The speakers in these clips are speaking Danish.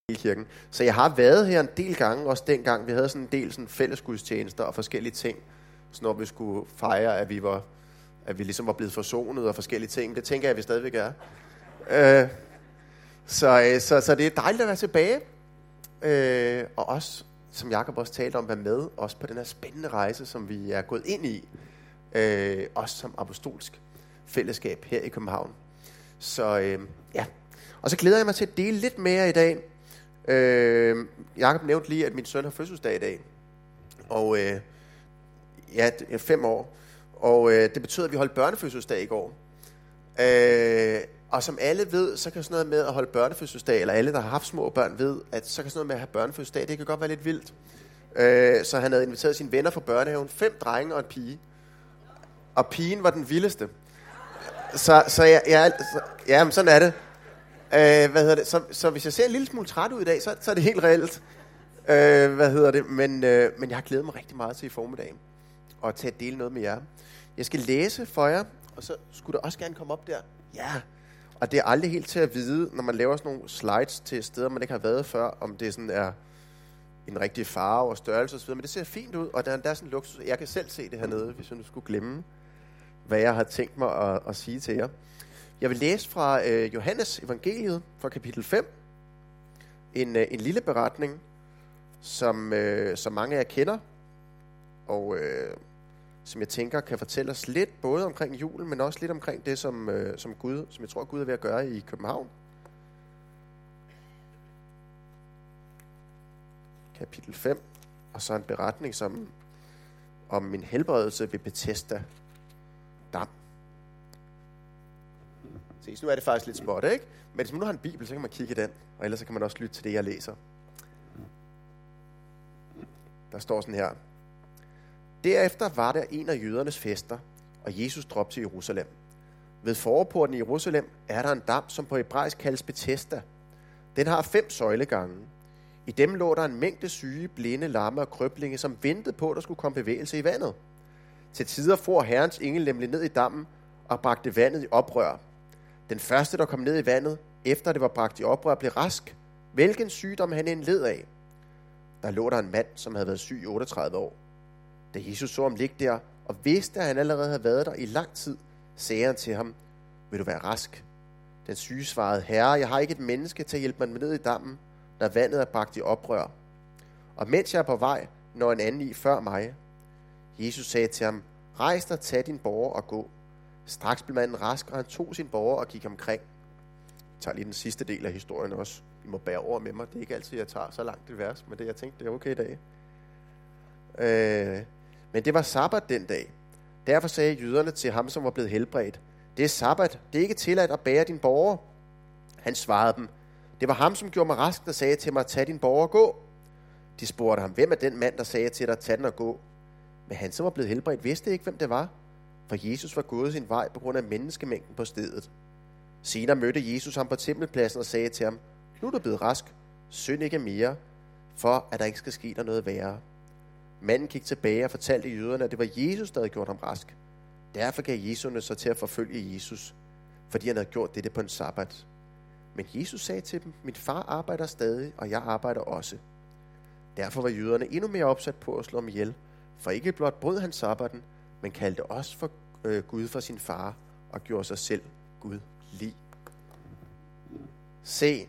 i kirken. Så jeg har været her en del gange, også dengang vi havde sådan en del sådan fællesgudstjenester og forskellige ting, så når vi skulle fejre, at vi ligesom var blevet forsonet og forskellige ting. Det tænker jeg, at vi stadigvæk er. Så det er dejligt at være tilbage. Og også, som Jakob også talte om, være med også på den her spændende rejse, som vi er gået ind i. Også som apostolsk fællesskab her i København. Så ja. Og så glæder jeg mig til at dele lidt mere i dag. Jakob nævnte lige, at min søn har fødselsdag i dag. Og ja, det er 5 år. Og det betyder, at vi holdt børnefødselsdag i går. Og som alle ved, så kan sådan noget med at holde børnefødselsdag, eller alle, der har haft små børn, ved, at så kan sådan noget med at have børnefødselsdag, det kan godt være lidt vildt. Så han havde inviteret sine venner fra børnehaven, 5 drenge og en pige. Og pigen var den vildeste. Så men sådan er det. Så hvis jeg ser en lille smule træt ud i dag, så er det helt reelt. Men jeg har glædet mig rigtig meget til i formiddagen og til at dele noget med jer. Jeg skal læse for jer, og så skulle der også gerne komme op der. Ja, og det er aldrig helt til at vide, når man laver sådan nogle slides til steder, man ikke har været før, om det sådan er en rigtig farve og størrelse osv., men det ser fint ud, og der er sådan en luksus. Jeg kan selv se det hernede, hvis jeg nu skulle glemme, hvad jeg har tænkt mig at sige til jer. Jeg vil læse fra Johannes evangeliet fra kapitel 5. En lille beretning, som mange af jer kender, og som jeg tænker kan fortælle os lidt, både omkring julen, men også lidt omkring det, som jeg tror Gud er ved at gøre i København. Kapitel 5, og så en beretning om min helbredelse ved Bethesda Dam. Så nu er det faktisk lidt småt, ikke? Men hvis man nu har en bibel, så kan man kigge i den, og ellers så kan man også lytte til det, jeg læser. Der står sådan her. Derefter var der en af jødernes fester, og Jesus drog til Jerusalem. Ved forporten i Jerusalem er der en dam, som på hebraisk kaldes Bethesda. Den har 5 søjlegange. I dem lå der en mængde syge, blinde, lamme og krøblinge, som ventede på, at der skulle komme bevægelse i vandet. Til tider for Herrens engel nemlig ned i dammen og bragte vandet i oprør. Den første, der kom ned i vandet, efter det var bragt i oprør, blev rask, hvilken sygdom han end led af. Der lå der en mand, som havde været syg i 38 år. Da Jesus så ham ligge der, og vidste, at han allerede havde været der i lang tid, sagde han til ham, vil du være rask? Den syge svarede, Herre, jeg har ikke et menneske til at hjælpe mig ned i dammen, når vandet er bragt i oprør. Og mens jeg er på vej, når en anden i før mig. Jesus sagde til ham, rejs dig, tag din borger og gå. Straks blev manden rask, og han tog sin borger og gik omkring. Jeg tager lige den sidste del af historien også. I må bære over med mig. Det er ikke altid, jeg tager så langt det vers, men det jeg tænkte, det er okay i dag. Men det var sabbat den dag. Derfor sagde jøderne til ham, som var blevet helbredt, det er sabbat, det er ikke tilladt at bære din borger. Han svarede dem, det var ham, som gjorde mig rask, der sagde til mig, tag din borger og gå. De spurgte ham, hvem er den mand, der sagde til dig, tag den og gå? Men han, som var blevet helbredt, vidste ikke, hvem det var, for Jesus var gået sin vej på grund af menneskemængden på stedet. Senere mødte Jesus ham på tempelpladsen og sagde til ham, nu er du blevet rask, synd ikke mere, for at der ikke skal ske der noget værre. Manden gik tilbage og fortalte jøderne, at det var Jesus, der havde gjort ham rask. Derfor gav jøderne sig til at forfølge Jesus, fordi han havde gjort dette på en sabbat. Men Jesus sagde til dem, min far arbejder stadig, og jeg arbejder også. Derfor var jøderne endnu mere opsat på at slå ham ihjel, for ikke blot brød han sabbaten, men kaldte også for Gud for sin far, og gjorde sig selv Gud lig. Se,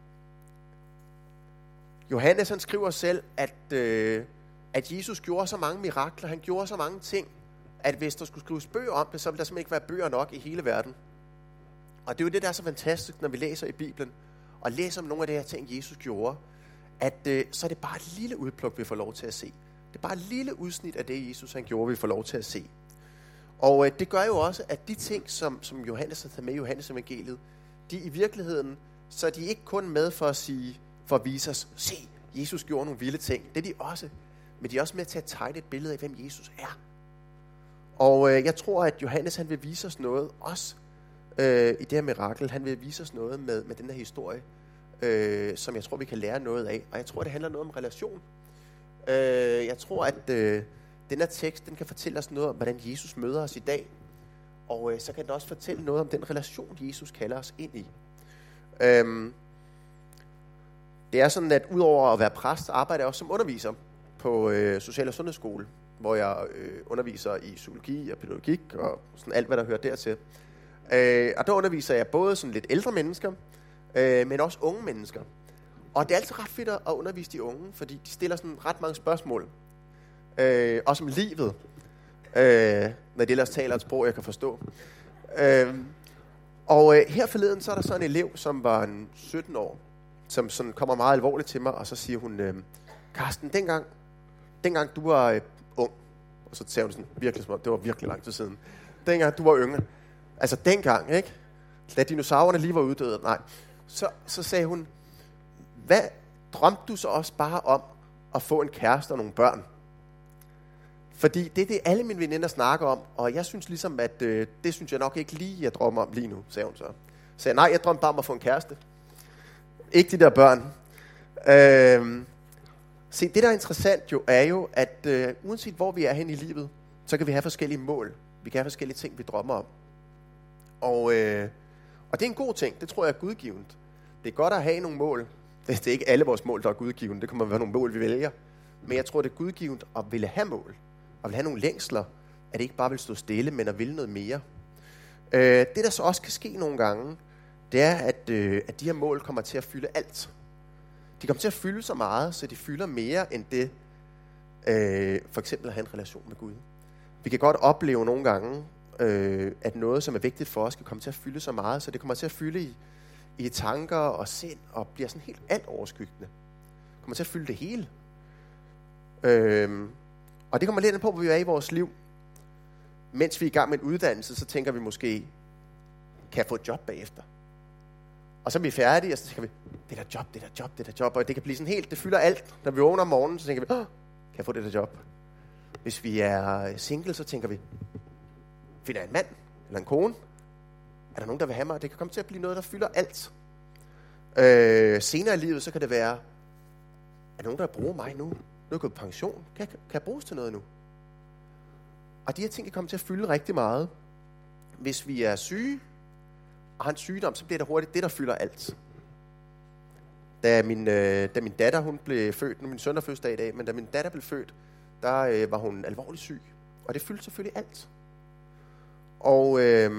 Johannes han skriver selv, at Jesus gjorde så mange mirakler, han gjorde så mange ting, at hvis der skulle skrives bøger om det, så ville der simpelthen ikke være bøger nok i hele verden. Og det er jo det, der er så fantastisk, når vi læser i Bibelen, og læser om nogle af de her ting, Jesus gjorde, at så er det bare et lille udpluk, vi får lov til at se. Det er bare et lille udsnit af det, Jesus han gjorde, vi får lov til at se. Og det gør jo også, at de ting, som Johannes har taget med i Johannes evangeliet, de i virkeligheden, så er de ikke kun med for at vise os, se, Jesus gjorde nogle vilde ting. Det er de også. Men de er også med til at tegne et billede af, hvem Jesus er. Og jeg tror, at Johannes han vil vise os noget, også i det her mirakel. Han vil vise os noget med den her historie, som jeg tror, vi kan lære noget af. Og jeg tror, det handler noget om relation. Jeg tror, at den her tekst, den kan fortælle os noget om, hvordan Jesus møder os i dag. Og så kan den også fortælle noget om den relation, Jesus kalder os ind i. Det er sådan, at udover at være præst, arbejder jeg også som underviser på Social- og Sundhedsskole, hvor jeg underviser i psykologi og pædagogik og sådan alt, hvad der hører dertil. Og der underviser jeg både sådan lidt ældre mennesker, men også unge mennesker. Og det er altid ret fedt at undervise de unge, fordi de stiller sådan ret mange spørgsmål. Også om livet, når de ellers taler et sprog, jeg kan forstå. Her forleden, så er der så en elev, som var en 17 år, som sådan kommer meget alvorligt til mig, og så siger hun, Karsten, dengang du var ung, og så sagde hun sådan virkelig småt, det var virkelig lang tid siden, dengang du var yngre, altså dengang, ikke? Da dinosaurerne lige var uddøde, nej, så sagde hun, hvad drømte du så også bare om at få en kæreste og nogle børn? Fordi det er det, alle mine veninder snakker om, og jeg synes ligesom, at det synes jeg nok ikke lige, jeg drømmer om lige nu, sagde hun så. Så nej, jeg drømte bare om at få en kæreste. Ikke de der børn. Se, det der er interessant jo, er jo, at uanset hvor vi er hen i livet, så kan vi have forskellige mål. Vi kan have forskellige ting, vi drømmer om. Og det er en god ting, det tror jeg er gudgivent. Det er godt at have nogle mål. Det er ikke alle vores mål, der er gudgivent. Det kommer være nogle mål, vi vælger. Men jeg tror, det er gudgivent at ville have mål. Og ville have nogle længsler. At det ikke bare vil stå stille, men at ville noget mere. Det, der så også kan ske nogle gange, det er, at de her mål kommer til at fylde alt. De kommer til at fylde så meget, så de fylder mere end det, for eksempel at have en relation med Gud. Vi kan godt opleve nogle gange, at noget, som er vigtigt for os, kan komme til at fylde så meget, så det kommer til at fylde i tanker og sind, og bliver sådan helt alt overskyggende. Det kommer til at fylde det hele. Og det kommer lidt an på, hvor vi er i vores liv. Mens vi er i gang med en uddannelse, så tænker vi måske, kan jeg få et job bagefter? Og så er vi færdige, og så tænker vi, det der job, og det kan blive sådan helt, det fylder alt. Når vi vågner om morgenen, så tænker vi, kan jeg få det der job? Hvis vi er single, så tænker vi, finder jeg en mand eller en kone? Er der nogen, der vil have mig? Det kan komme til at blive noget, der fylder alt. Senere i livet, så kan det være, er der nogen, der bruger mig nu? Nu er jeg gået på pension. Kan jeg bruges til noget nu? Og de her ting kan komme til at fylde rigtig meget. Hvis vi er syge, og har en sygdom, så bliver det hurtigt det, der fylder alt. Da min datter, hun blev født, nu er min søn er fødselsdag i dag, men da min datter blev født, der var hun alvorligt syg. Og det fyldte selvfølgelig alt. Og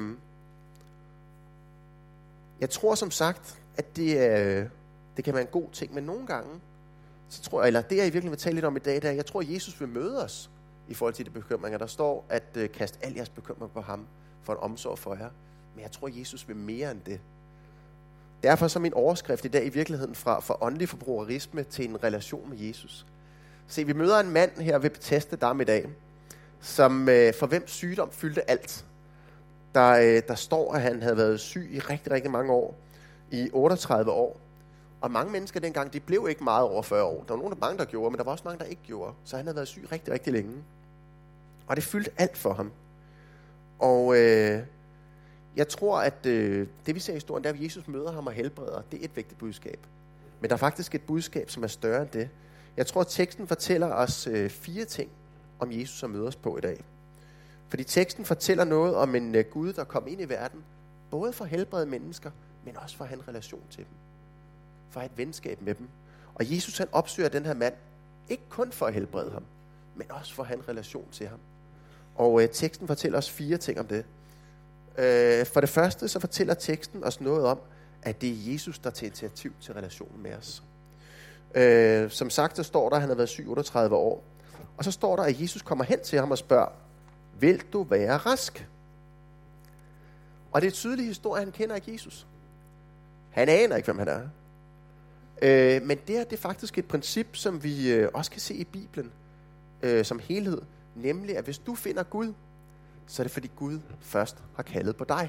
jeg tror som sagt, at det kan være en god ting, men nogle gange, så tror jeg, eller det jeg i virkeligheden vil tale lidt om i dag, det er, jeg tror, at Jesus vil møde os i forhold til de bekymringer. Der står, at kast al jeres bekymringer på ham for en omsorg for jer. Men jeg tror, at Jesus vil mere end det. Derfor så min overskrift i dag i virkeligheden fra åndelig forbrugerisme til en relation med Jesus. Se, vi møder en mand her ved Bethesda Dam i dag, som for hvem sygdom fyldte alt. Der står, at han havde været syg i rigtig, rigtig mange år. I 38 år. Og mange mennesker dengang, de blev ikke meget over 40 år. Der var nogle, der gjorde, men der var også mange, der ikke gjorde. Så han havde været syg rigtig, rigtig længe. Og det fyldte alt for ham. Og jeg tror, at det vi ser i historien, der at Jesus møder ham og helbreder, det er et vigtigt budskab. Men der er faktisk et budskab, som er større end det. Jeg tror, at teksten fortæller os 4 ting om Jesus, som møder os på i dag. Fordi teksten fortæller noget om en Gud, der kom ind i verden, både for at helbrede mennesker, men også for at have en relation til dem. For at have et venskab med dem. Og Jesus han opsøger den her mand, ikke kun for at helbrede ham, men også for at have en relation til ham. Og teksten fortæller os 4 ting om det. For det første, så fortæller teksten os noget om, at det er Jesus, der tager initiativ til relationen med os. Som sagt, så står der, at han har været syg 38 år. Og så står der, at Jesus kommer hen til ham og spørger, vil du være rask? Og det er en tydelig historie, han kender ikke Jesus. Han aner ikke, hvem han er. Men det er faktisk et princip, som vi også kan se i Bibelen som helhed. Nemlig, at hvis du finder Gud, så er det fordi Gud først har kaldet på dig.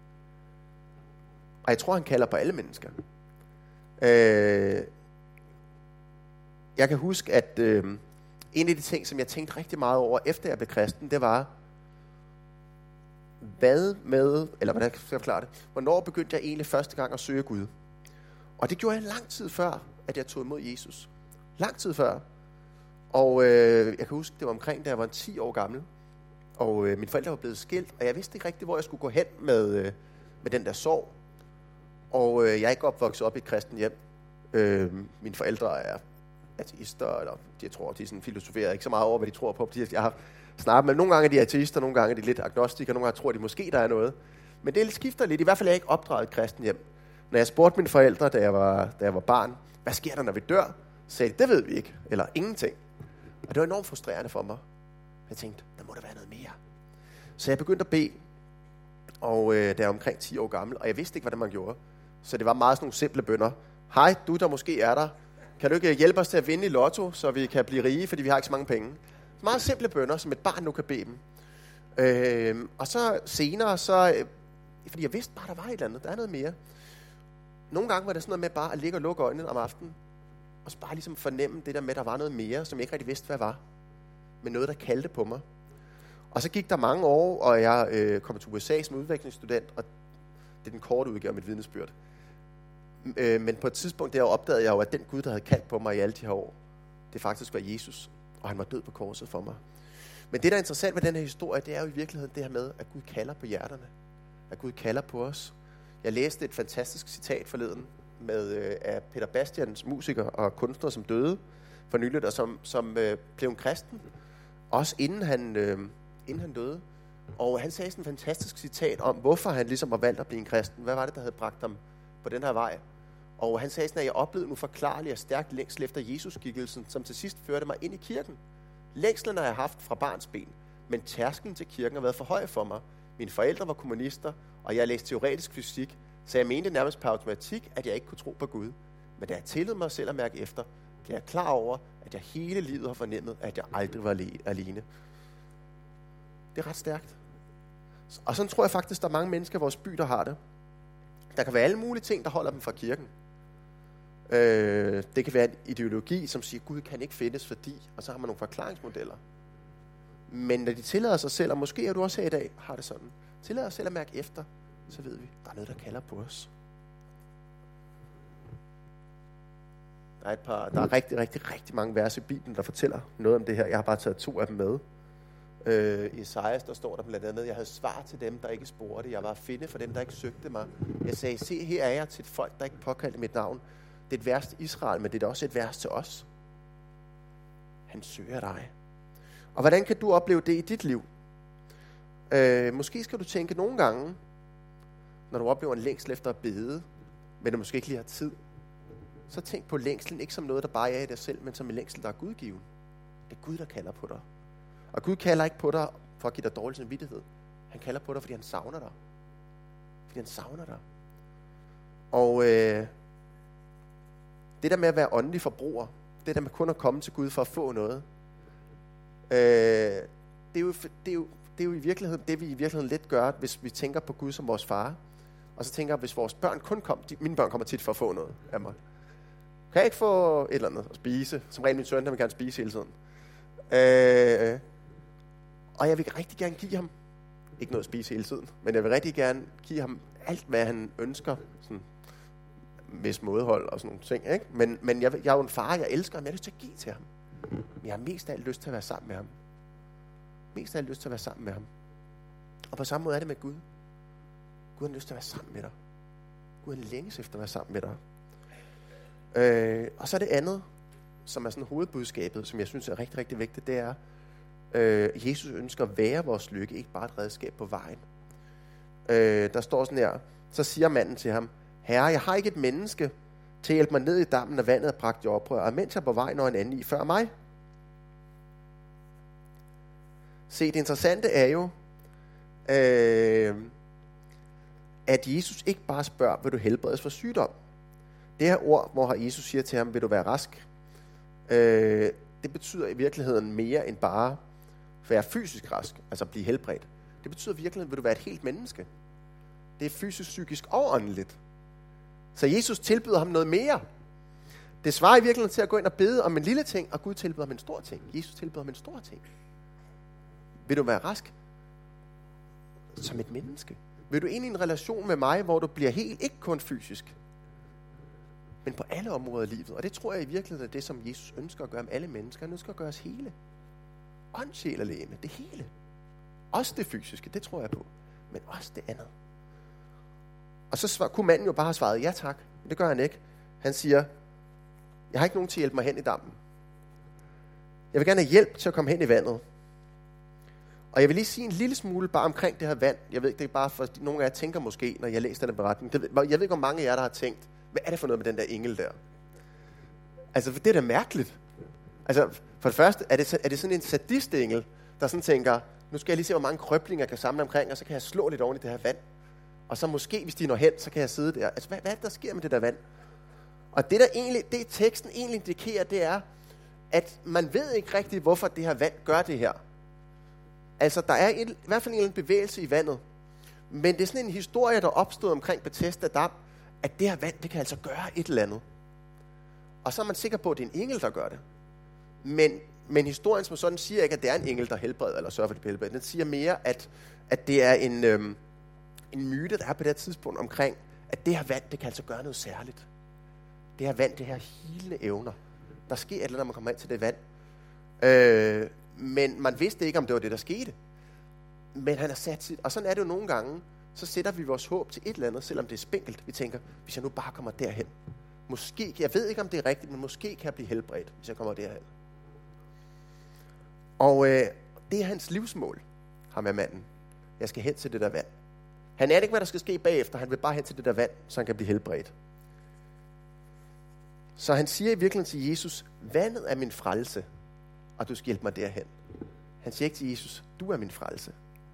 Og jeg tror, han kalder på alle mennesker. Jeg kan huske, at en af de ting, som jeg tænkte rigtig meget over, efter jeg blev kristen, det var, hvordan skal jeg forklare det? Hvornår begyndte jeg egentlig første gang at søge Gud? Og det gjorde jeg lang tid før, at jeg tog imod Jesus. Lang tid før. Og jeg kan huske, det var omkring, da jeg var 10 år gammel. Og mine forældre var blevet skilt, og jeg vidste ikke rigtigt, hvor jeg skulle gå hen med den der sorg. Og jeg er ikke opvokset op i et kristen hjem. Mine forældre er ateister, eller jeg tror, de sådan filosoferer ikke så meget over, hvad de tror på. Jeg har snakket med, nogle gange er de ateister, nogle gange er de lidt agnostikere, nogle gange tror de måske, der er noget. Men det skifter lidt. I hvert fald er jeg ikke opdraget i kristen hjem. Når jeg spurgte mine forældre, da jeg var barn, hvad sker der, når vi dør? Så sagde de, det ved vi ikke, eller ingenting. Og det var enormt frustrerende for mig. Jeg tænkte, der må der være noget mere. Så jeg begyndte at bede, og da jeg var omkring 10 år gammel, og jeg vidste ikke, hvordan man gjorde. Så det var meget sådan nogle simple bønner. Hej, du der måske er der. Kan du ikke hjælpe os til at vinde i lotto, så vi kan blive rige, fordi vi har ikke så mange penge? Så meget simple bønner, som et barn nu kan bede dem. Og så senere, fordi jeg vidste bare, der var et eller andet, der er noget mere. Nogle gange var det sådan noget med bare at ligge og lukke øjnene om aftenen, og så bare ligesom fornemme det der med, at der var noget mere, som jeg ikke rigtig vidste, hvad var. Men noget, der kaldte på mig. Og så gik der mange år, og jeg kom til USA som udvekslingsstudent, og det er den korte udgave af mit vidnesbyrd. Men på et tidspunkt der opdagede jeg jo, at den Gud, der havde kaldt på mig i alle de her år, det faktisk var Jesus, og han var død på korset for mig. Men det, der er interessant ved den her historie, det er jo i virkeligheden det her med, at Gud kalder på hjerterne. At Gud kalder på os. Jeg læste et fantastisk citat forleden af Peter Bastians, musiker og kunstner, som døde for nyligt, og som blev en kristen, også inden han døde. Og han sagde sådan et fantastisk citat om, hvorfor han ligesom var valgt at blive en kristen. Hvad var det, der havde bragt ham på den her vej? Og han sagde sådan, at jeg oplevede en uforklarlig og stærk længsel efter Jesus-skikkelsen, som til sidst førte mig ind i kirken. Længslen har jeg haft fra barnsben, men tærsklen til kirken har været for høj for mig. Mine forældre var kommunister, og jeg læste teoretisk fysik, så jeg mente nærmest på automatik, at jeg ikke kunne tro på Gud. Men da jeg tillod mig selv at mærke efter, blev jeg klar over, at jeg hele livet har fornemmet, at jeg aldrig var alene. Det er ret stærkt. Og sådan tror jeg faktisk, der er mange mennesker i vores by, der har det. Der kan være alle mulige ting, der holder dem fra kirken. Det kan være en ideologi, som siger, Gud kan ikke findes, fordi, og så har man nogle forklaringsmodeller. Men når de tillader sig selv, og måske er du også her i dag, har det sådan, tillader sig selv at mærke efter, så ved vi, der er noget, der kalder på os. Der er rigtig, rigtig, rigtig mange vers i Bibelen, der fortæller noget om det her. Jeg har bare taget 2 af dem med. I Esajas, der står der blandt andet, jeg havde svar til dem, der ikke spurgte. Jeg var at finde for dem, der ikke søgte mig. Jeg sagde, se, her er jeg til et folk, der ikke påkaldte mit navn. Det er et vers til Israel, men det er også et vers til os. Han søger dig. Og hvordan kan du opleve det i dit liv? Måske skal du tænke nogle gange, når du oplever en længsel efter at bede, men du måske ikke lige har tid, så tænk på længslen ikke som noget, der bare er i dig selv, men som en længsel, der er gudgiven. Det er Gud, der kalder på dig. Og Gud kalder ikke på dig for at give dig dårlig samvittighed. Han kalder på dig, fordi han savner dig. Fordi han savner dig. Og det der med at være åndelig forbruger, det der med kun at komme til Gud for at få noget, det er jo i virkeligheden det, vi i virkeligheden let gør, hvis vi tænker på Gud som vores far. Og så tænker jeg, hvis vores børn kun mine børn kommer tit for at få noget af mig. Kan jeg ikke få et eller andet at spise? Som regel min søn, der vil gerne spise hele tiden. Og jeg vil rigtig gerne give ham, ikke noget at spise hele tiden, men jeg vil rigtig gerne give ham alt, hvad han ønsker, sådan vis mådehold og sådan nogle ting, ikke? Men jeg er jo en far, jeg elsker ham, jeg har lyst til at give til ham. Men jeg har mest af alt lyst til at være sammen med ham. Mest af alt lyst til at være sammen med ham. Og på samme måde er det med Gud. Gud har lyst til at være sammen med dig. Gud har længes efter at være sammen med dig. Og så det andet, som er sådan hovedbudskabet, som jeg synes er rigtig, rigtig vigtigt, det er, Jesus ønsker at være vores lykke, ikke bare et redskab på vejen. Der står sådan her, så siger manden til ham, Herre, jeg har ikke et menneske til at hjælpe mig ned i dammen, når vandet er bragt i oprør, og mens jeg er på vej, når en anden i før mig. Se, det interessante er jo, at Jesus ikke bare spørger, vil du helbredes for sygdom? Det her ord, hvor Jesus siger til ham, vil du være rask? Det betyder i virkeligheden mere end bare være fysisk rask, altså blive helbredt. Det betyder i virkeligheden, vil du være et helt menneske. Det er fysisk, psykisk og åndeligt. Så Jesus tilbyder ham noget mere. Det svarer i virkeligheden til at gå ind og bede om en lille ting, og Gud tilbyder ham en stor ting. Jesus tilbyder ham en stor ting. Vil du være rask som et menneske? Vil du ind i en relation med mig, hvor du bliver helt, ikke kun fysisk, men på alle områder af livet? Og det tror jeg i virkeligheden er det, som Jesus ønsker at gøre med alle mennesker. Han ønsker at gøre os hele. Ånd, sjæl og legeme, det hele. Også det fysiske, det tror jeg på. Men også det andet. Og så kunne manden jo bare have svaret ja tak, men det gør han ikke. Han siger, Jeg har ikke nogen til at hjælpe mig hen i dammen. Jeg vil gerne have hjælp til at komme hen i vandet. Og jeg vil lige sige en lille smule bare omkring det her vand. Jeg ved ikke, det er bare for nogle af jer tænker måske, når jeg læser den beretning. Jeg ved ikke, om mange af jer, der har tænkt, hvad er det for noget med den der engel der? Altså, det er da mærkeligt. Altså, for det første, er det sådan en sadistengel, der sådan tænker, nu skal jeg lige se, hvor mange krøblinger jeg kan samle omkring, og så kan jeg slå lidt oven i det her vand. Og så måske, hvis de når hen, så kan jeg sidde der. Altså, hvad er det, der sker med det der vand? Og det teksten egentlig indikerer, det er, at man ved ikke rigtigt, hvorfor det her vand gør det her. Altså, der er i hvert fald en bevægelse i vandet. Men det er sådan en historie, der opstod omkring Bethesda Dam, at det her vand, det kan altså gøre et eller andet. Og så er man sikker på, at det er en engel, der gør det. Men historien som sådan siger ikke, at det er en engel, der helbreder eller sørger for det helbred. Den siger mere, at det er en myte, der er på det tidspunkt omkring, at det her vand, det kan altså gøre noget særligt. Det her vand, det her healende evner. Der sker et eller andet, når man kommer ind til det vand. Men man vidste ikke, om det var det, der skete. Men han har sat sit, og sådan er det jo nogle gange, så sætter vi vores håb til et eller andet, selvom det er spinkelt. Vi tænker, hvis jeg nu bare kommer derhen. Måske, jeg ved ikke, om det er rigtigt, men måske kan jeg blive helbredt, hvis jeg kommer derhen. Og det er hans livsmål, ham er manden. Jeg skal hen til det der vand. Han aner ikke, hvad der skal ske bagefter. Han vil bare hen til det der vand, så han kan blive helbredt. Så han siger i virkeligheden til Jesus, vandet er min frelse, og du skal hjælpe mig derhen. Han siger ikke til Jesus, du er min frelse.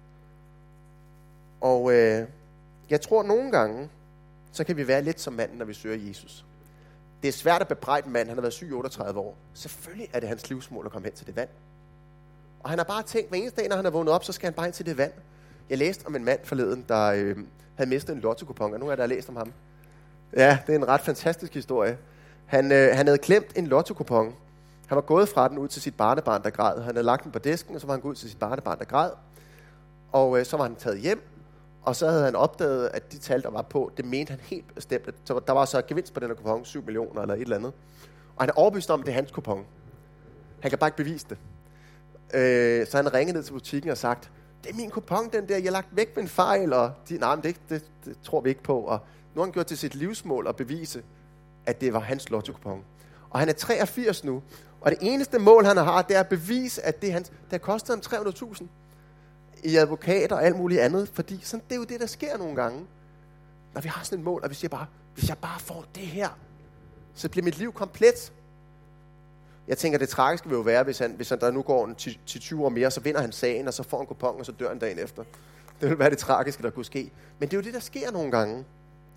Og jeg tror nogle gange, så kan vi være lidt som manden, når vi søger Jesus. Det er svært at bebrejde en mand, han har været syg i 38 år. Selvfølgelig er det hans livsmål at komme hen til det vand. Og han har bare tænkt, hver eneste dag, når han er vågnet op, så skal han bare hen til det vand. Jeg læste om en mand forleden, der havde mistet en lotto-kupon, og nu er der læst om ham. Ja, det er en ret fantastisk historie. Han havde klemt en lotto-kupon. Han var gået fra den ud til sit barnebarn, der græd. Han havde lagt den på disken, og så var han gået ud til sit barnebarn, der græd. Og så var han taget hjem, og så havde han opdaget, at de tal, der var på, det mente han helt bestemt. Så der var så gevinst på den her kupon, 7 millioner eller et eller andet. Og han er overbevist om, at det er hans kupon. Han kan bare ikke bevise det. Så han ringede ned til butikken og sagt, det er min kupon, den der, jeg har lagt væk med en fejl, og nej, men det tror vi ikke på. Og nu har han gjort til sit livsmål at bevise, at det var hans lotto-kupon. Og han er 83 nu, og det eneste mål, han har, det er at bevise, at det har kostet ham 300.000 i advokater og alt muligt andet, fordi sådan, det er jo det, der sker nogle gange. Når vi har sådan et mål, og vi siger bare, hvis jeg bare får det her, så bliver mit liv komplet. Jeg tænker, det tragiske vil jo være, hvis han der nu går 10-20 år mere, så vinder han sagen, og så får han kupon, og så dør han dagen efter. Det vil være det tragiske, der kunne ske. Men det er jo det, der sker nogle gange.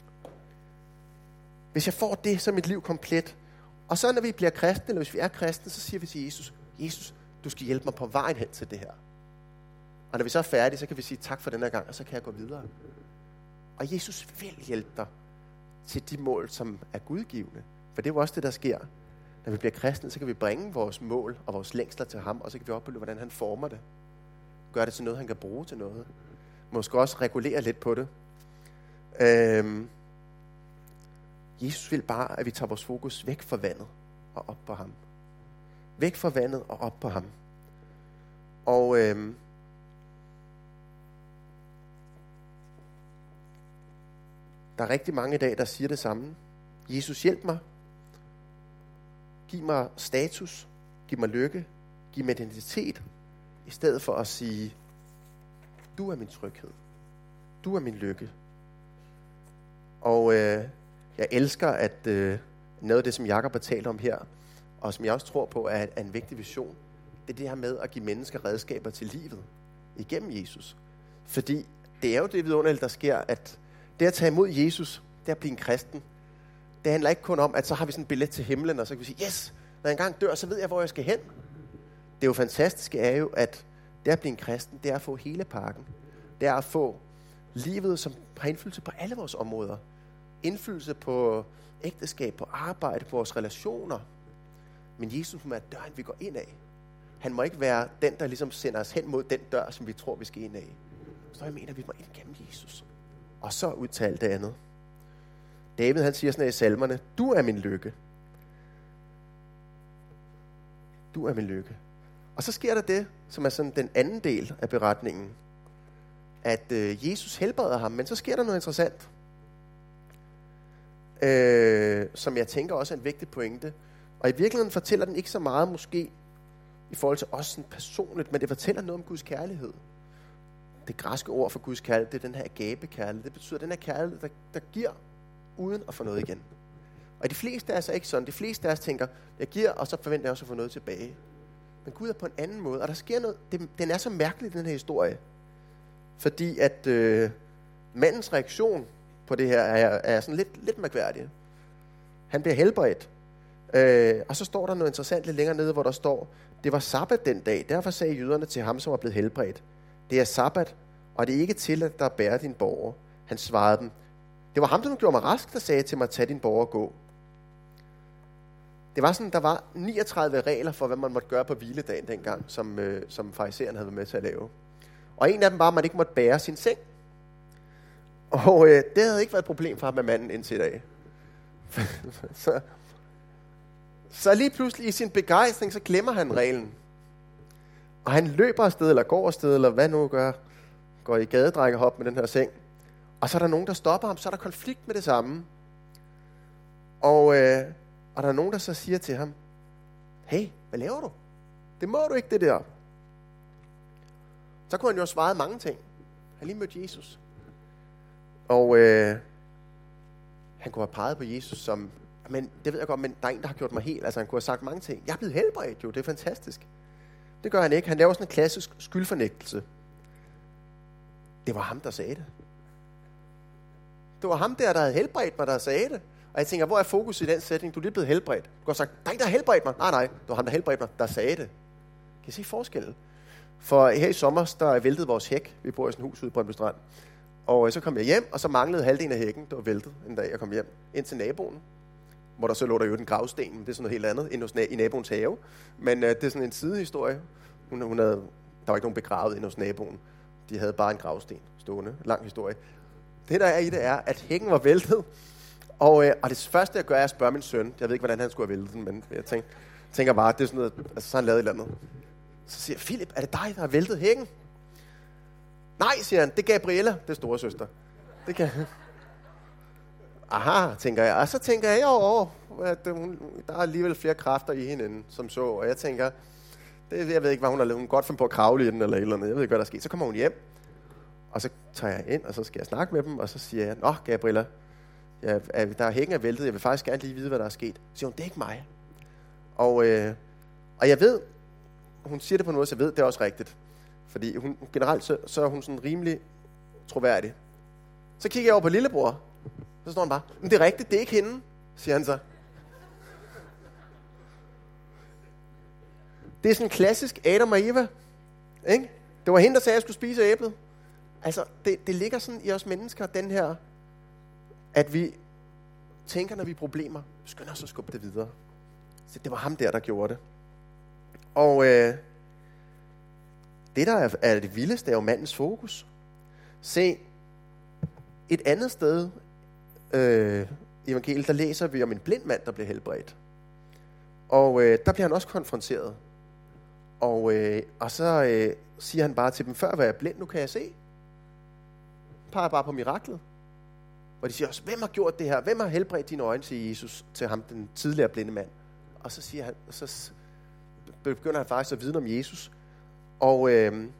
Hvis jeg får det, så er mit liv komplet. Og så når vi bliver kristne, eller hvis vi er kristne, så siger vi til Jesus, Jesus, du skal hjælpe mig på vejen hen til det her. Og når vi så er færdige, så kan vi sige tak for den her gang, og så kan jeg gå videre. Og Jesus vil hjælpe dig til de mål, som er gudgivende. For det er jo også det, der sker. Når vi bliver kristne, så kan vi bringe vores mål og vores længsler til ham, og så kan vi opleve, hvordan han former det. Gør det til noget, han kan bruge til noget. Måske også regulere lidt på det. Jesus vil bare, at vi tager vores fokus væk fra vandet og op på ham. Væk fra vandet og op på ham. Og der er rigtig mange i dag, der siger det samme. Jesus, hjælp mig. Giv mig status. Giv mig lykke. Giv mig identitet. I stedet for at sige, du er min tryghed. Du er min lykke. Og jeg elsker, at noget af det, som Jakob har talt om her, og som jeg også tror på, er en vigtig vision, det er det her med at give mennesker redskaber til livet igennem Jesus. Fordi det er jo det vidunderlige, der sker, at det at tage imod Jesus, det at blive en kristen, det handler ikke kun om, at så har vi sådan en billet til himlen, og så kan vi sige, yes, når jeg engang dør, så ved jeg, hvor jeg skal hen. Det jo fantastiske er jo, at det at blive en kristen, det er at få hele pakken. Det er at få livet, som har indflydelse på alle vores områder. Indflydelse på ægteskab, på arbejde, på vores relationer. Men Jesus må være døren, vi går ind af. Han må ikke være den, der ligesom sender os hen mod den dør, som vi tror, vi skal ind af. Så jeg mener, vi må ind gennem Jesus. Og så udtale det andet. David, han siger sådan her i salmerne, du er min lykke. Du er min lykke. Og så sker der det, som er sådan den anden del af beretningen, at Jesus helbreder ham, men så sker der noget interessant, som jeg tænker også er en vigtig pointe. Og i virkeligheden fortæller den ikke så meget måske i forhold til os sådan personligt, men det fortæller noget om Guds kærlighed. Det græske ord for Guds kærlighed, det er den her agape-kærlighed. Det betyder den her kærlighed, der giver uden at få noget igen. Og de fleste af os er ikke sådan. De fleste af os tænker, jeg giver, og så forventer jeg også at få noget tilbage. Men Gud er på en anden måde, og der sker noget. Den er så mærkelig, den her historie. Fordi at mandens reaktion på det her er sådan lidt mærkværdig. Han bliver helbredt. Og så står der noget interessant lidt længere nede, hvor der står, det var sabbat den dag. Derfor sagde jøderne til ham, som var blevet helbredt, det er sabbat, og det er ikke til, at der bærer din borger. Han svarede dem, det var ham, som gjorde mig rask, der sagde til mig, tag din borger og gå. Det var sådan, der var 39 regler for, hvad man måtte gøre på hviledagen dengang, som farisæerne havde været med til at lave. Og en af dem var, at man ikke måtte bære sin seng. Og det havde ikke været et problem for ham med manden indtil i dag. Så lige pludselig i sin begejstring, så glemmer han reglen. Og han løber afsted, eller går afsted, eller hvad nu gør. Går i gadedrækkerhop med den her seng. Og så er der nogen, der stopper ham. Så er der konflikt med det samme. Og der er nogen, der så siger til ham, hey, hvad laver du? Det må du ikke, det der. Så kunne han jo have svaret mange ting. Han lige mødte Jesus. Og han kunne have peget på Jesus som, men det ved jeg godt, men der er en, der har gjort mig helt. Altså han kunne have sagt mange ting. Jeg er blevet helbredt jo, det er fantastisk. Det gør han ikke. Han laver sådan en klassisk skyldfornægtelse. Det var ham, der sagde det. Det var ham der havde helbredt mig, der sagde det. Og jeg tænker, hvor er fokus i den sætning? Du er lige blevet helbredt. Du har sagt, der er en, der har helbredt mig. Nej, det var ham, der helbredte mig, der sagde det. Kan I se forskellen? For her i sommer, der væltede vores hæk. Vi bor i sådan et hus ude på Brøndby Strand. Og så kom jeg hjem, og så manglede halvdelen af hækken. Det var væltet en dag, jeg kom hjem. Ind til naboen, hvor der så lå der jo den gravsten. Det er sådan noget helt andet, end i naboens have. Men det er sådan en sidehistorie. Der var ikke nogen begravet inde hos naboen. De havde bare en gravsten stående. Lang historie. Det der er i det er, at hækken var væltet. Og det første, jeg gør, er at spørge min søn. Jeg ved ikke, hvordan han skulle have væltet den, men jeg tænker bare, det er sådan noget, altså så har han lavet et eller andet. Så siger jeg, Philip, er det dig, der har væltet hækken? Nej, siger han, det er Gabriella, det er storesøster. Det kan Aha, tænker jeg. Og så tænker jeg at der er alligevel flere kræfter i hende, som så. Og jeg tænker, jeg ved ikke, hvad hun har lavet. Hun godt finde på at kravle i den eller et eller andet. Jeg ved ikke, hvad der sker. Så kommer hun hjem, og så tager jeg ind, og så skal jeg snakke med dem, og så siger jeg, nå, Gabriella, der er hækken er væltet, jeg vil faktisk gerne lige vide, hvad der er sket. Så siger hun, det er ikke mig. Og jeg ved, hun siger det på noget, så jeg ved, det er også rigtigt. Fordi hun, generelt så er hun sådan rimelig troværdig. Så kigger jeg over på lillebror. Så står han bare, men det er rigtigt, det er ikke hende, siger han så. Det er sådan en klassisk Adam og Eva. Ikke? Det var hende, der sagde, at jeg skulle spise æblet. Altså, det ligger sådan i os mennesker, den her, at vi tænker, når vi er problemer, skynder os at skubbe det videre. Så det var ham der gjorde det. Og det, der er det vildeste, er jo mandens fokus. Se, et andet sted i evangeliet, der læser vi om en blind mand, der bliver helbredt. Og der bliver han også konfronteret. Og så siger han bare til dem, før var jeg blind, nu kan jeg se. Han peger bare på miraklet. Og de siger også, hvem har gjort det her? Hvem har helbredt dine øjne, til Jesus, til ham, den tidligere blinde mand? Og så siger han, så begynder han faktisk at vidne om Jesus. Og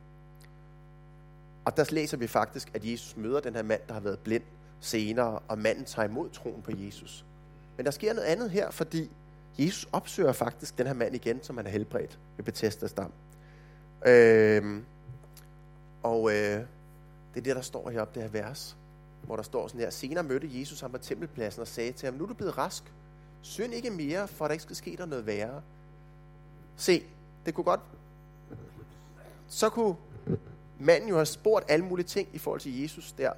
der læser vi faktisk, at Jesus møder den her mand, der har været blind senere, og manden tager imod troen på Jesus. Men der sker noget andet her, fordi Jesus opsøger faktisk den her mand igen, som han har helbredt ved Betesdas dam. Det er det, der står heroppe, det her vers, hvor der står sådan her, senere mødte Jesus ham på tempelpladsen og sagde til ham, nu er du blevet rask, synd ikke mere, for der ikke skal ske der noget værre. Se, det kunne godt, så kunne manden jo have spurgt alle mulige ting i forhold til Jesus der.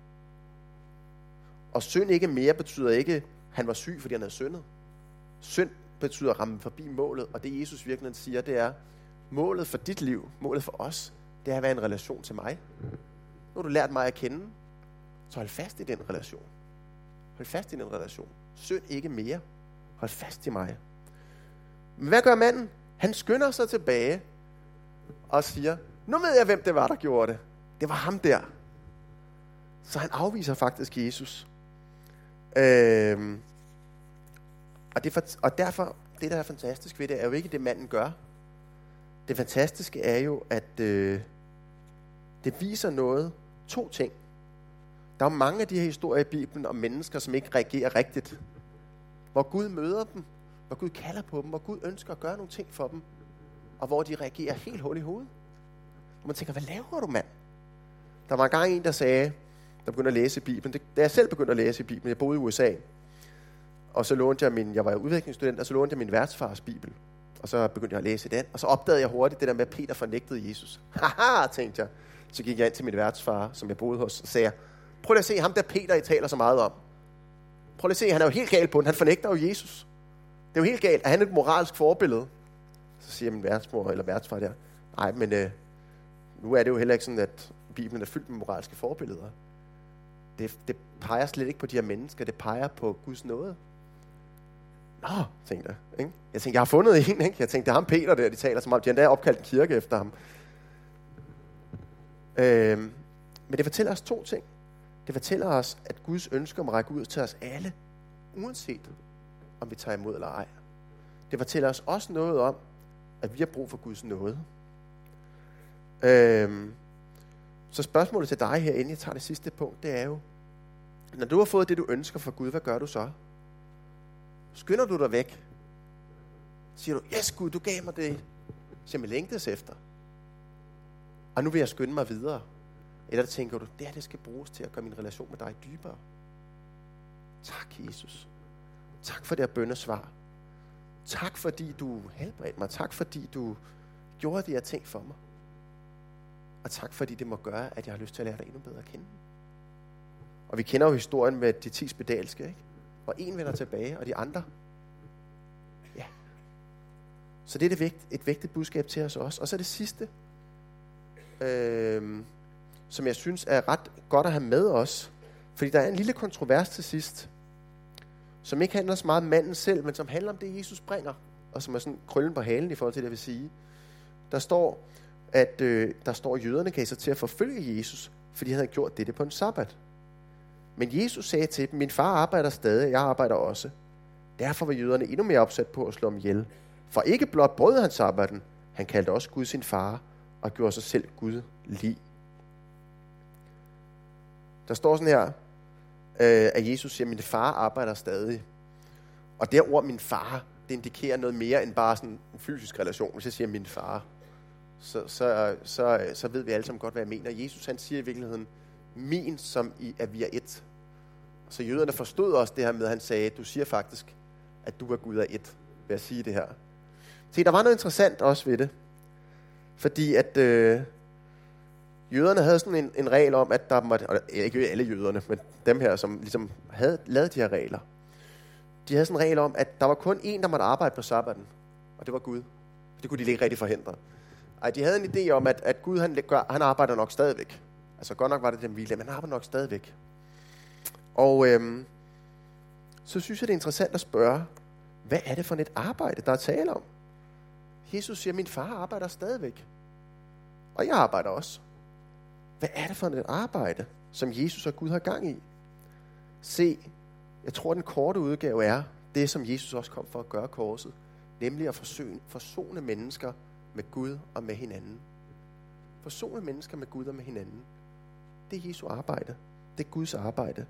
Og synd ikke mere betyder ikke, at han var syg, fordi han havde syndet. Synd betyder at ramme forbi målet, og det Jesus virkelig siger, det er, målet for dit liv, målet for os, det er at være en relation til mig. Nu har du lært mig at kende, så hold fast i den relation. Hold fast i den relation. Synd ikke mere. Hold fast i mig. Men hvad gør manden? Han skynder sig tilbage og siger, nu ved jeg, hvem det var, der gjorde det. Det var ham der. Så han afviser faktisk Jesus. Og derfor det, der er fantastisk ved det, er jo ikke det, manden gør. Det fantastiske er jo, at det viser noget. 2 ting. Der er jo mange af de her historier i Bibelen om mennesker, som ikke reagerer rigtigt. Hvor Gud møder dem, hvor Gud kalder på dem, hvor Gud ønsker at gøre nogle ting for dem, og hvor de reagerer helt hul i hovedet. Og man tænker, hvad laver du, mand? Der var engang en, der sagde, der begyndte at læse i Bibelen. Da jeg selv begyndte at læse i Bibelen, jeg boede i USA, og så lånte jeg var udviklingsstudent, og så lånte jeg min værtsfars Bibel. Og så begyndte jeg at læse den, og så opdagede jeg hurtigt det der med, at Peter fornægtede Jesus. Haha, tænkte jeg. Så gik jeg ind til min værtsfar, som jeg boede hos, og sagde, prøv lige at se ham der Peter, I taler så meget om. Prøv lige at se, han er jo helt galt på den. Han fornægter jo Jesus. Det er jo helt galt. Er han et moralsk forbillede? Så siger min værtsmor eller værtsfar der, nej, men nu er det jo heller ikke sådan, at Bibelen er fyldt med moralske forbilleder. Det peger slet ikke på de her mennesker. Det peger på Guds nåde. Nå, tænkte jeg. Ikke? Jeg tænkte, jeg har fundet en. Ikke? Jeg tænkte, det er ham Peter der, de taler så meget. De har endda opkaldt en kirke efter ham. Men det fortæller os 2 ting. Det fortæller os, at Guds ønsker må række ud til os alle, uanset om vi tager imod eller ej. Det fortæller os også noget om, at vi har brug for Guds nåde. Så spørgsmålet til dig her, inden jeg tager det sidste punkt, det er jo, når du har fået det, du ønsker fra Gud, hvad gør du så? Skynder du dig væk? Siger du, yes Gud, du gav mig det, som jeg længtes efter. Og nu vil jeg skynde mig videre. Eller tænker du, det skal bruges til at gøre min relation med dig dybere. Tak, Jesus. Tak for det her bønnesvar. Tak, fordi du helbredte mig. Tak, fordi du gjorde de her ting for mig. Og tak, fordi det må gøre, at jeg har lyst til at lære dig endnu bedre at kende. Og vi kender jo historien med de 10 spedalske, ikke? Hvor en vender tilbage, og de andre, ja. Så det er et vigtigt budskab til os også. Og så det sidste, som jeg synes er ret godt at have med os, fordi der er en lille kontrovers til sidst, som ikke handler så meget om manden selv, men som handler om det, Jesus bringer, og som er sådan krøllen på halen i forhold til det, jeg vil sige. Der står, at jøderne gav sig til at forfølge Jesus, fordi han havde gjort dette på en sabbat. Men Jesus sagde til dem, min far arbejder stadig, jeg arbejder også. Derfor var jøderne endnu mere opsat på at slå ham ihjel. For ikke blot brød han sabbaten, han kaldte også Gud sin far, og gjorde sig selv Gud lig. Der står sådan her, at Jesus siger, min far arbejder stadig. Og det ord, min far, det indikerer noget mere end bare sådan en fysisk relation. Hvis jeg siger min far, så ved vi alle sammen godt, hvad jeg mener. Jesus, han siger i virkeligheden, min, som i, at vi er et. Så jøderne forstod også det her med, at han sagde, du siger faktisk, at du er Gud af et, ved at sige det her. Se, der var noget interessant også ved det. Fordi at jøderne havde sådan en regel om, at der måtte, ikke alle jøderne, men dem her, som ligesom havde lavet de her regler. De havde sådan en regel om, at der var kun én, der måtte arbejde på sabbaten, og det var Gud. Det kunne de ikke rigtig forhindre. Ej, de havde en idé om, at Gud, han arbejder nok stadigvæk. Altså godt nok var det dem hvile, men han arbejder nok stadigvæk. Og så synes jeg, det er interessant at spørge, hvad er det for et arbejde, der er tale om? Jesus siger, min far arbejder stadigvæk. Og jeg arbejder også. Hvad er det for et arbejde, som Jesus og Gud har gang i? Se, jeg tror, den korte udgave er det, som Jesus også kom for at gøre korset. Nemlig at forsone mennesker med Gud og med hinanden. Forsone mennesker med Gud og med hinanden. Det er Jesu arbejde. Det er Guds arbejde.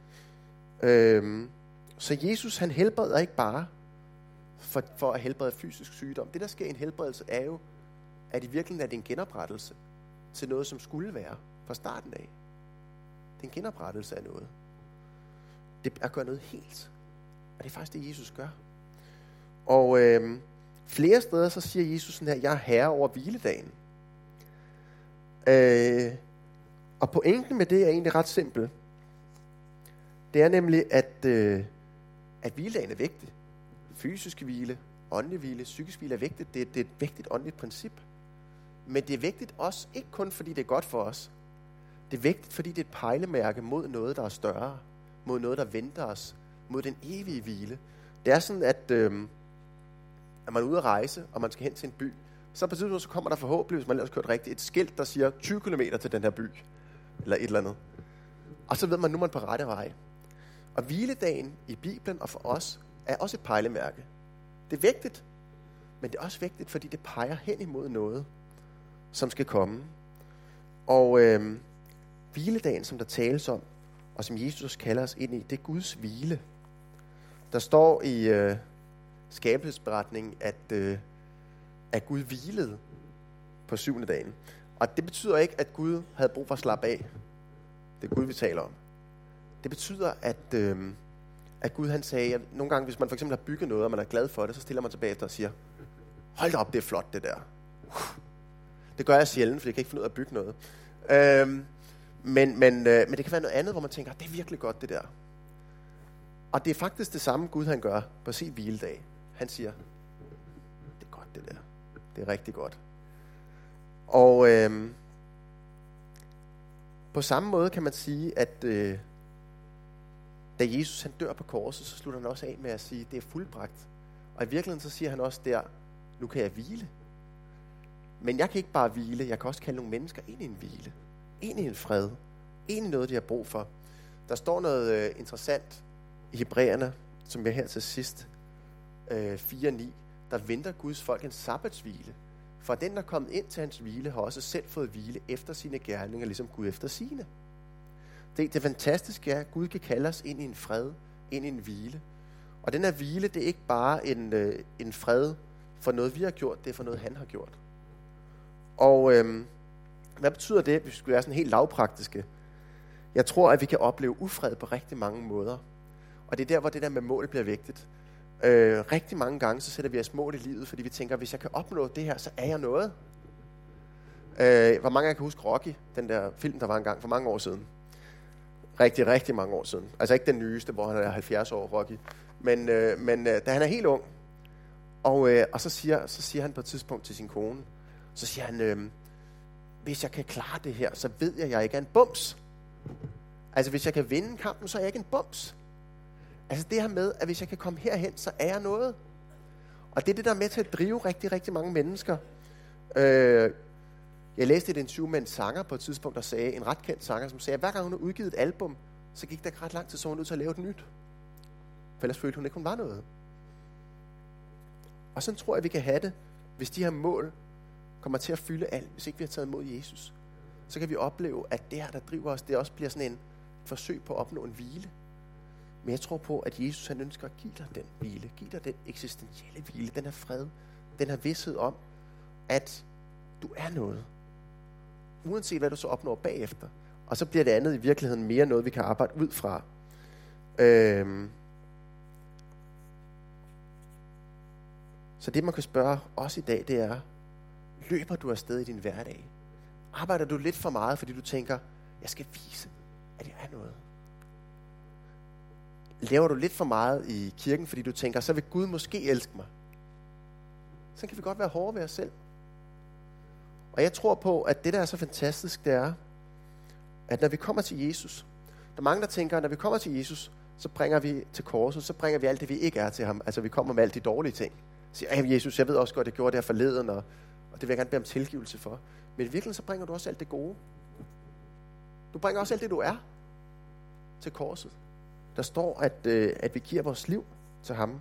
Så Jesus, han helbreder ikke bare for at helbrede fysisk sygdom. Det, der sker i en helbredelse, er jo, at i virkeligheden er det en genoprettelse til noget, som skulle være fra starten af. Det er en genoprettelse af noget. Det er at gøre noget helt. Og det er faktisk det, Jesus gør. Og flere steder så siger Jesus sådan her, jeg er herre over hviledagen. Og pointen med det er egentlig ret simpel. Det er nemlig, at hviledagen er vigtig. Fysisk hvile, åndelig hvile, psykisk hvile er vigtigt. Det er et vigtigt åndeligt princip. Men det er vigtigt også, ikke kun fordi det er godt for os. Det er vigtigt, fordi det er et pejlemærke mod noget, der er større. Mod noget, der venter os. Mod den evige hvile. Det er sådan, at man er ude at rejse, og man skal hen til en by. Så på tidspunkt, så kommer der forhåbentlig, hvis man ellers kørt rigtigt, et skilt, der siger 20 km til den her by. Eller et eller andet. Og så ved man, nu er man på rette vej. Og hviledagen i Bibelen og for os er også et pejlemærke. Det er vigtigt. Men det er også vigtigt, fordi det peger hen imod noget, som skal komme. Og hviledagen, som der tales om, og som Jesus kalder os ind i, det er Guds hvile. Der står i skabelsesberetningen, at Gud hvilede på 7. dagen. Og det betyder ikke, at Gud havde brug for at slappe af. Det er Gud, vi taler om. Det betyder, at Gud han sagde, at nogle gange, hvis man for eksempel har bygget noget, og man er glad for det, så stiller man tilbage efter og siger, hold da op, det er flot det der. Det gør jeg sjældent, for jeg kan ikke finde ud af at bygge noget. Men det kan være noget andet, hvor man tænker, det er virkelig godt det der. Og det er faktisk det samme Gud han gør på sin hviledag. Han siger, det er godt det der. Det er rigtig godt. Og på samme måde kan man sige, at da Jesus han dør på korset, så slutter han også af med at sige, det er fuldbragt. Og i virkeligheden så siger han også der, nu kan jeg hvile. Men jeg kan ikke bare hvile, jeg kan også kalde nogle mennesker ind i en hvile. Ind i en fred. Ind i noget, de har brug for. Der står noget interessant i Hebræerne, som jeg her til sidst 4:9, der venter Guds folk en sabbatshvile. For den, der er kommet ind til hans hvile, har også selv fået hvile efter sine gerninger, ligesom Gud efter sine. Det fantastiske er, at Gud kan kalde os ind i en fred, ind i en hvile. Og den her hvile, det er ikke bare en fred for noget, vi har gjort, det er for noget, han har gjort. Og hvad betyder det, hvis vi skulle være sådan helt lavpraktiske? Jeg tror, at vi kan opleve ufred på rigtig mange måder. Og det er der, hvor det der med mål bliver vigtigt. Rigtig mange gange, så sætter vi os mål i livet, fordi vi tænker, hvis jeg kan opnå det her, så er jeg noget. Hvor mange af jer kan huske Rocky, den der film, der var engang for mange år siden? Rigtig, rigtig mange år siden. Altså ikke den nyeste, hvor han er 70 år, Rocky. Men da han er helt ung, og så siger han på et tidspunkt til sin kone, så siger han, hvis jeg kan klare det her, så ved jeg ikke er en bums. Altså hvis jeg kan vinde kampen, så er jeg ikke en bums. Altså det her med, at hvis jeg kan komme herhen, så er jeg noget. Og det er det, der er med til at drive rigtig, rigtig mange mennesker. Jeg læste et interview med en sanger på et tidspunkt, der sagde, en ret kendt sanger, som sagde, at hver gang hun har udgivet et album, så gik der ikke ret lang tid, så hun nødt til at lave et nyt. For ellers følte hun ikke, hun var noget. Og sådan tror jeg, vi kan have det, hvis de her mål kommer til at fylde alt, hvis ikke vi har taget imod Jesus. Så kan vi opleve, at det her, der driver os, det også bliver sådan en forsøg på at opnå en hvile. Men jeg tror på, at Jesus han ønsker at give dig den hvile, give dig den eksistentielle hvile, den her fred, den her vished om, at du er noget. Uanset hvad du så opnår bagefter. Og så bliver det andet i virkeligheden mere noget, vi kan arbejde ud fra. Så det man kan spørge os i dag, det er, løber du afsted i din hverdag? Arbejder du lidt for meget, fordi du tænker, jeg skal vise, at jeg er noget? Laver du lidt for meget i kirken, fordi du tænker, så vil Gud måske elske mig? Så kan vi godt være hårde ved os selv. Og jeg tror på, at det, der er så fantastisk, det er, at når vi kommer til Jesus, der er mange, der tænker, at når vi kommer til Jesus, så bringer vi til korset, så bringer vi alt det, vi ikke er til ham. Altså vi kommer med alt de dårlige ting. Så siger, Jesus, jeg ved også godt, at jeg gjorde det her forleden, og det vil jeg gerne bede om tilgivelse for. Men i virkeligheden, så bringer du også alt det gode. Du bringer også alt det, du er, til korset. Der står, at vi giver vores liv til ham,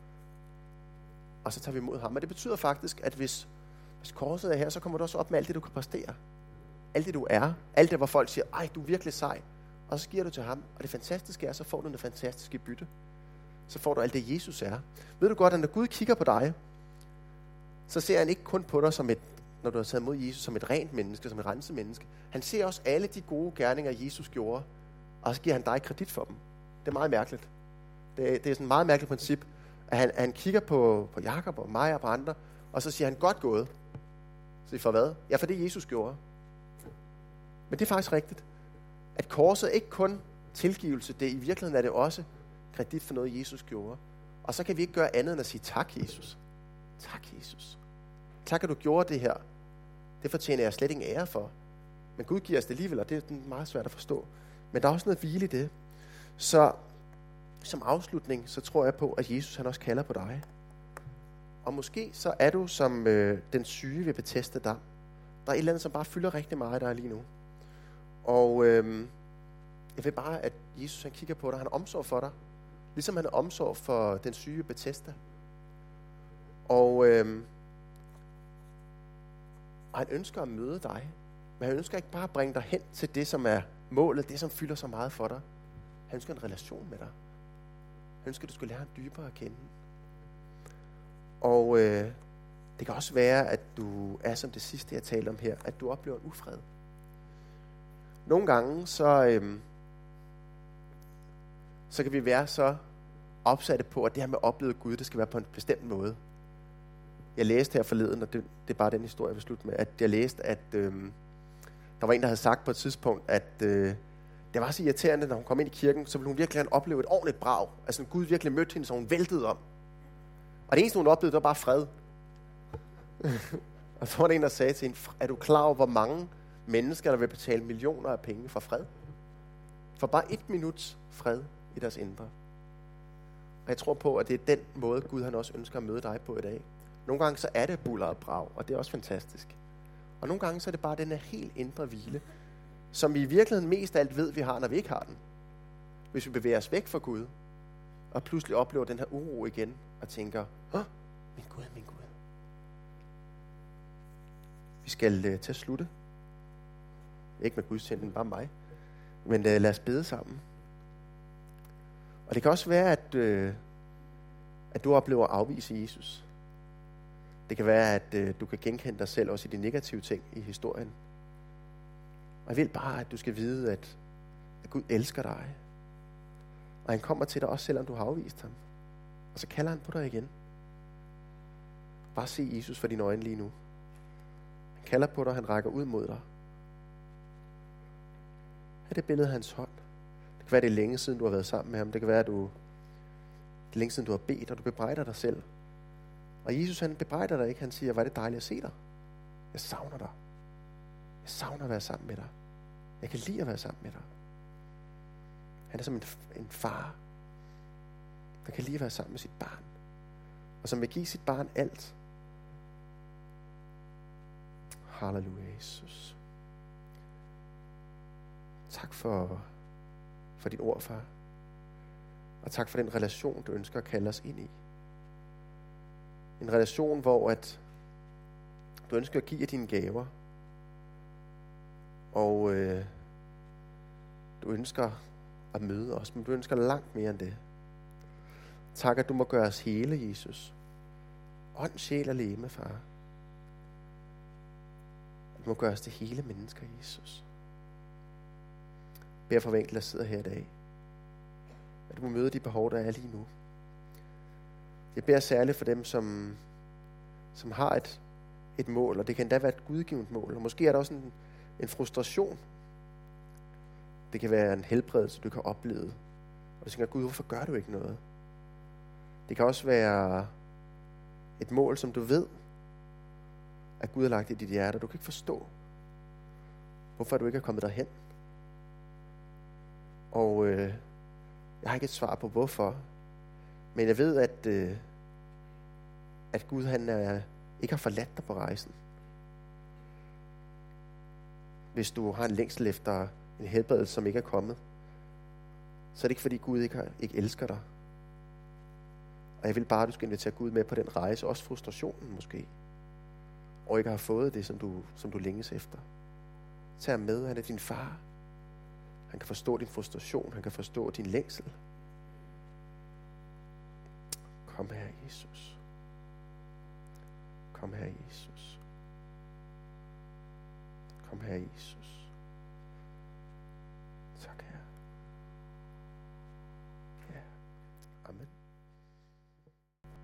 og så tager vi imod ham. Og det betyder faktisk, at hvis korset er her, så kommer du også op med alt det, du kan præstere. Alt det, du er. Alt det, hvor folk siger, ej, du er virkelig sej. Og så giver du til ham. Og det fantastiske er, så får du det fantastiske bytte. Så får du alt det, Jesus er. Ved du godt, at når Gud kigger på dig, så ser han ikke kun på dig, som når du har taget imod Jesus, som et rent menneske, som et renset menneske. Han ser også alle de gode gerninger, Jesus gjorde, og så giver han dig kredit for dem. Det er meget mærkeligt. Det er sådan et meget mærkeligt princip, at han kigger på Jakob og mig og på andre, og så siger han, godt gået. Så for hvad? Ja, for det Jesus gjorde. Men det er faktisk rigtigt. At korset er ikke kun tilgivelse, det i virkeligheden er det også kredit for noget, Jesus gjorde. Og så kan vi ikke gøre andet end at sige, tak Jesus. Tak Jesus. Tak, at du gjorde det her. Det fortjener jeg slet ingen ære for. Men Gud giver os det alligevel, og det er meget svært at forstå. Men der er også noget hvile i det. Så som afslutning, så tror jeg på, at Jesus han også kalder på dig. Og måske så er du som den syge ved Bethesda Dam. Der er et eller andet, som bare fylder rigtig meget der lige nu. Og jeg vil bare, at Jesus han kigger på dig. Han har omsorg for dig. Ligesom han har omsorg for den syge Bethesda. Og han ønsker at møde dig. Men han ønsker ikke bare at bringe dig hen til det, som er målet, det som fylder så meget for dig. Han ønsker en relation med dig. Han ønsker, at du skal lære ham dybere at kende. Og det kan også være, at du er som det sidste, jeg talte om her, at du oplever en ufred. Nogle gange, så kan vi være så opsatte på, at det her med at opleve Gud, det skal være på en bestemt måde. Jeg læste her forleden, og det er bare den historie, jeg vil slutte med, at jeg læste, at der var en, der havde sagt på et tidspunkt, at det var så irriterende, når hun kom ind i kirken, så ville hun virkelig gerne opleve et ordentligt brag. Altså Gud virkelig mødte hende, så hun væltede om. Og det eneste, hun oplevede, det var bare fred. Og så var der en, der sagde til hende, er du klar over, hvor mange mennesker, der vil betale millioner af penge for fred? For bare 1 minuts fred i deres indre. Og jeg tror på, at det er den måde, Gud han også ønsker at møde dig på i dag. Nogle gange så er det buller og brag, og det er også fantastisk. Og nogle gange så er det bare den her helt indre hvile, som vi i virkeligheden mest af alt ved, vi har, når vi ikke har den. Hvis vi bevæger os væk fra Gud, og pludselig oplever den her uro igen, og tænker, min Gud. Vi skal til at slutte. Ikke med gudstjenesten, bare mig. Men lad os bede sammen. Og det kan også være, at du oplever at afvise Jesus. Det kan være, at du kan genkende dig selv også i de negative ting i historien. Og jeg vil bare, at du skal vide, at Gud elsker dig. Og han kommer til dig også, selvom du har afvist ham. Og så kalder han på dig igen. Bare se Jesus for dine øjne lige nu. Han kalder på dig, han rækker ud mod dig. Her er det billede af hans hånd. Det kan være, det er længe siden, du har været sammen med ham. Det kan være, at det er længe siden, du har bedt, og du bebrejder dig selv. Og Jesus, han bebrejder dig ikke. Han siger, hvor er det dejligt at se dig. Jeg savner dig. Jeg savner at være sammen med dig. Jeg kan lide at være sammen med dig. Han er som en far, der kan lide at være sammen med sit barn. Og som vil give sit barn alt. Halleluja, Jesus. Tak for dit ord, far. Og tak for den relation, du ønsker at kalde os ind i. En relation, hvor at du ønsker at give dine gaver. Og du ønsker at møde os, men du ønsker langt mere end det. Tak, at du må gøre os hele, Jesus. Ånd, sjæl og legeme, far. At du må gøre os til hele mennesker, Jesus. Jeg beder for hver enkelt, der sidder her i dag. At du må møde de behov, der er lige nu. Jeg beder særligt for dem, som har et mål, og det kan endda være et gudgivet mål. Og måske er der også en frustration. Det kan være en helbredelse, du kan opleve. Og du tænker, Gud, hvorfor gør du ikke noget? Det kan også være et mål, som du ved, at Gud har lagt i dit hjerte. Du kan ikke forstå, hvorfor du ikke er kommet derhen. Og jeg har ikke et svar på, hvorfor. Men jeg ved, at Gud han ikke har forladt dig på rejsen. Hvis du har en længsel efter en helbredelse, som ikke er kommet, så er det ikke, fordi Gud ikke elsker dig. Og jeg vil bare, at du skal invitere Gud med på den rejse, også frustrationen måske, og ikke har fået det, som du længes efter. Tag ham med, han er din far. Han kan forstå din frustration, han kan forstå din længsel. Kom her, Jesus. Kom her, Jesus. Kom her, Jesus. Tak, Herre.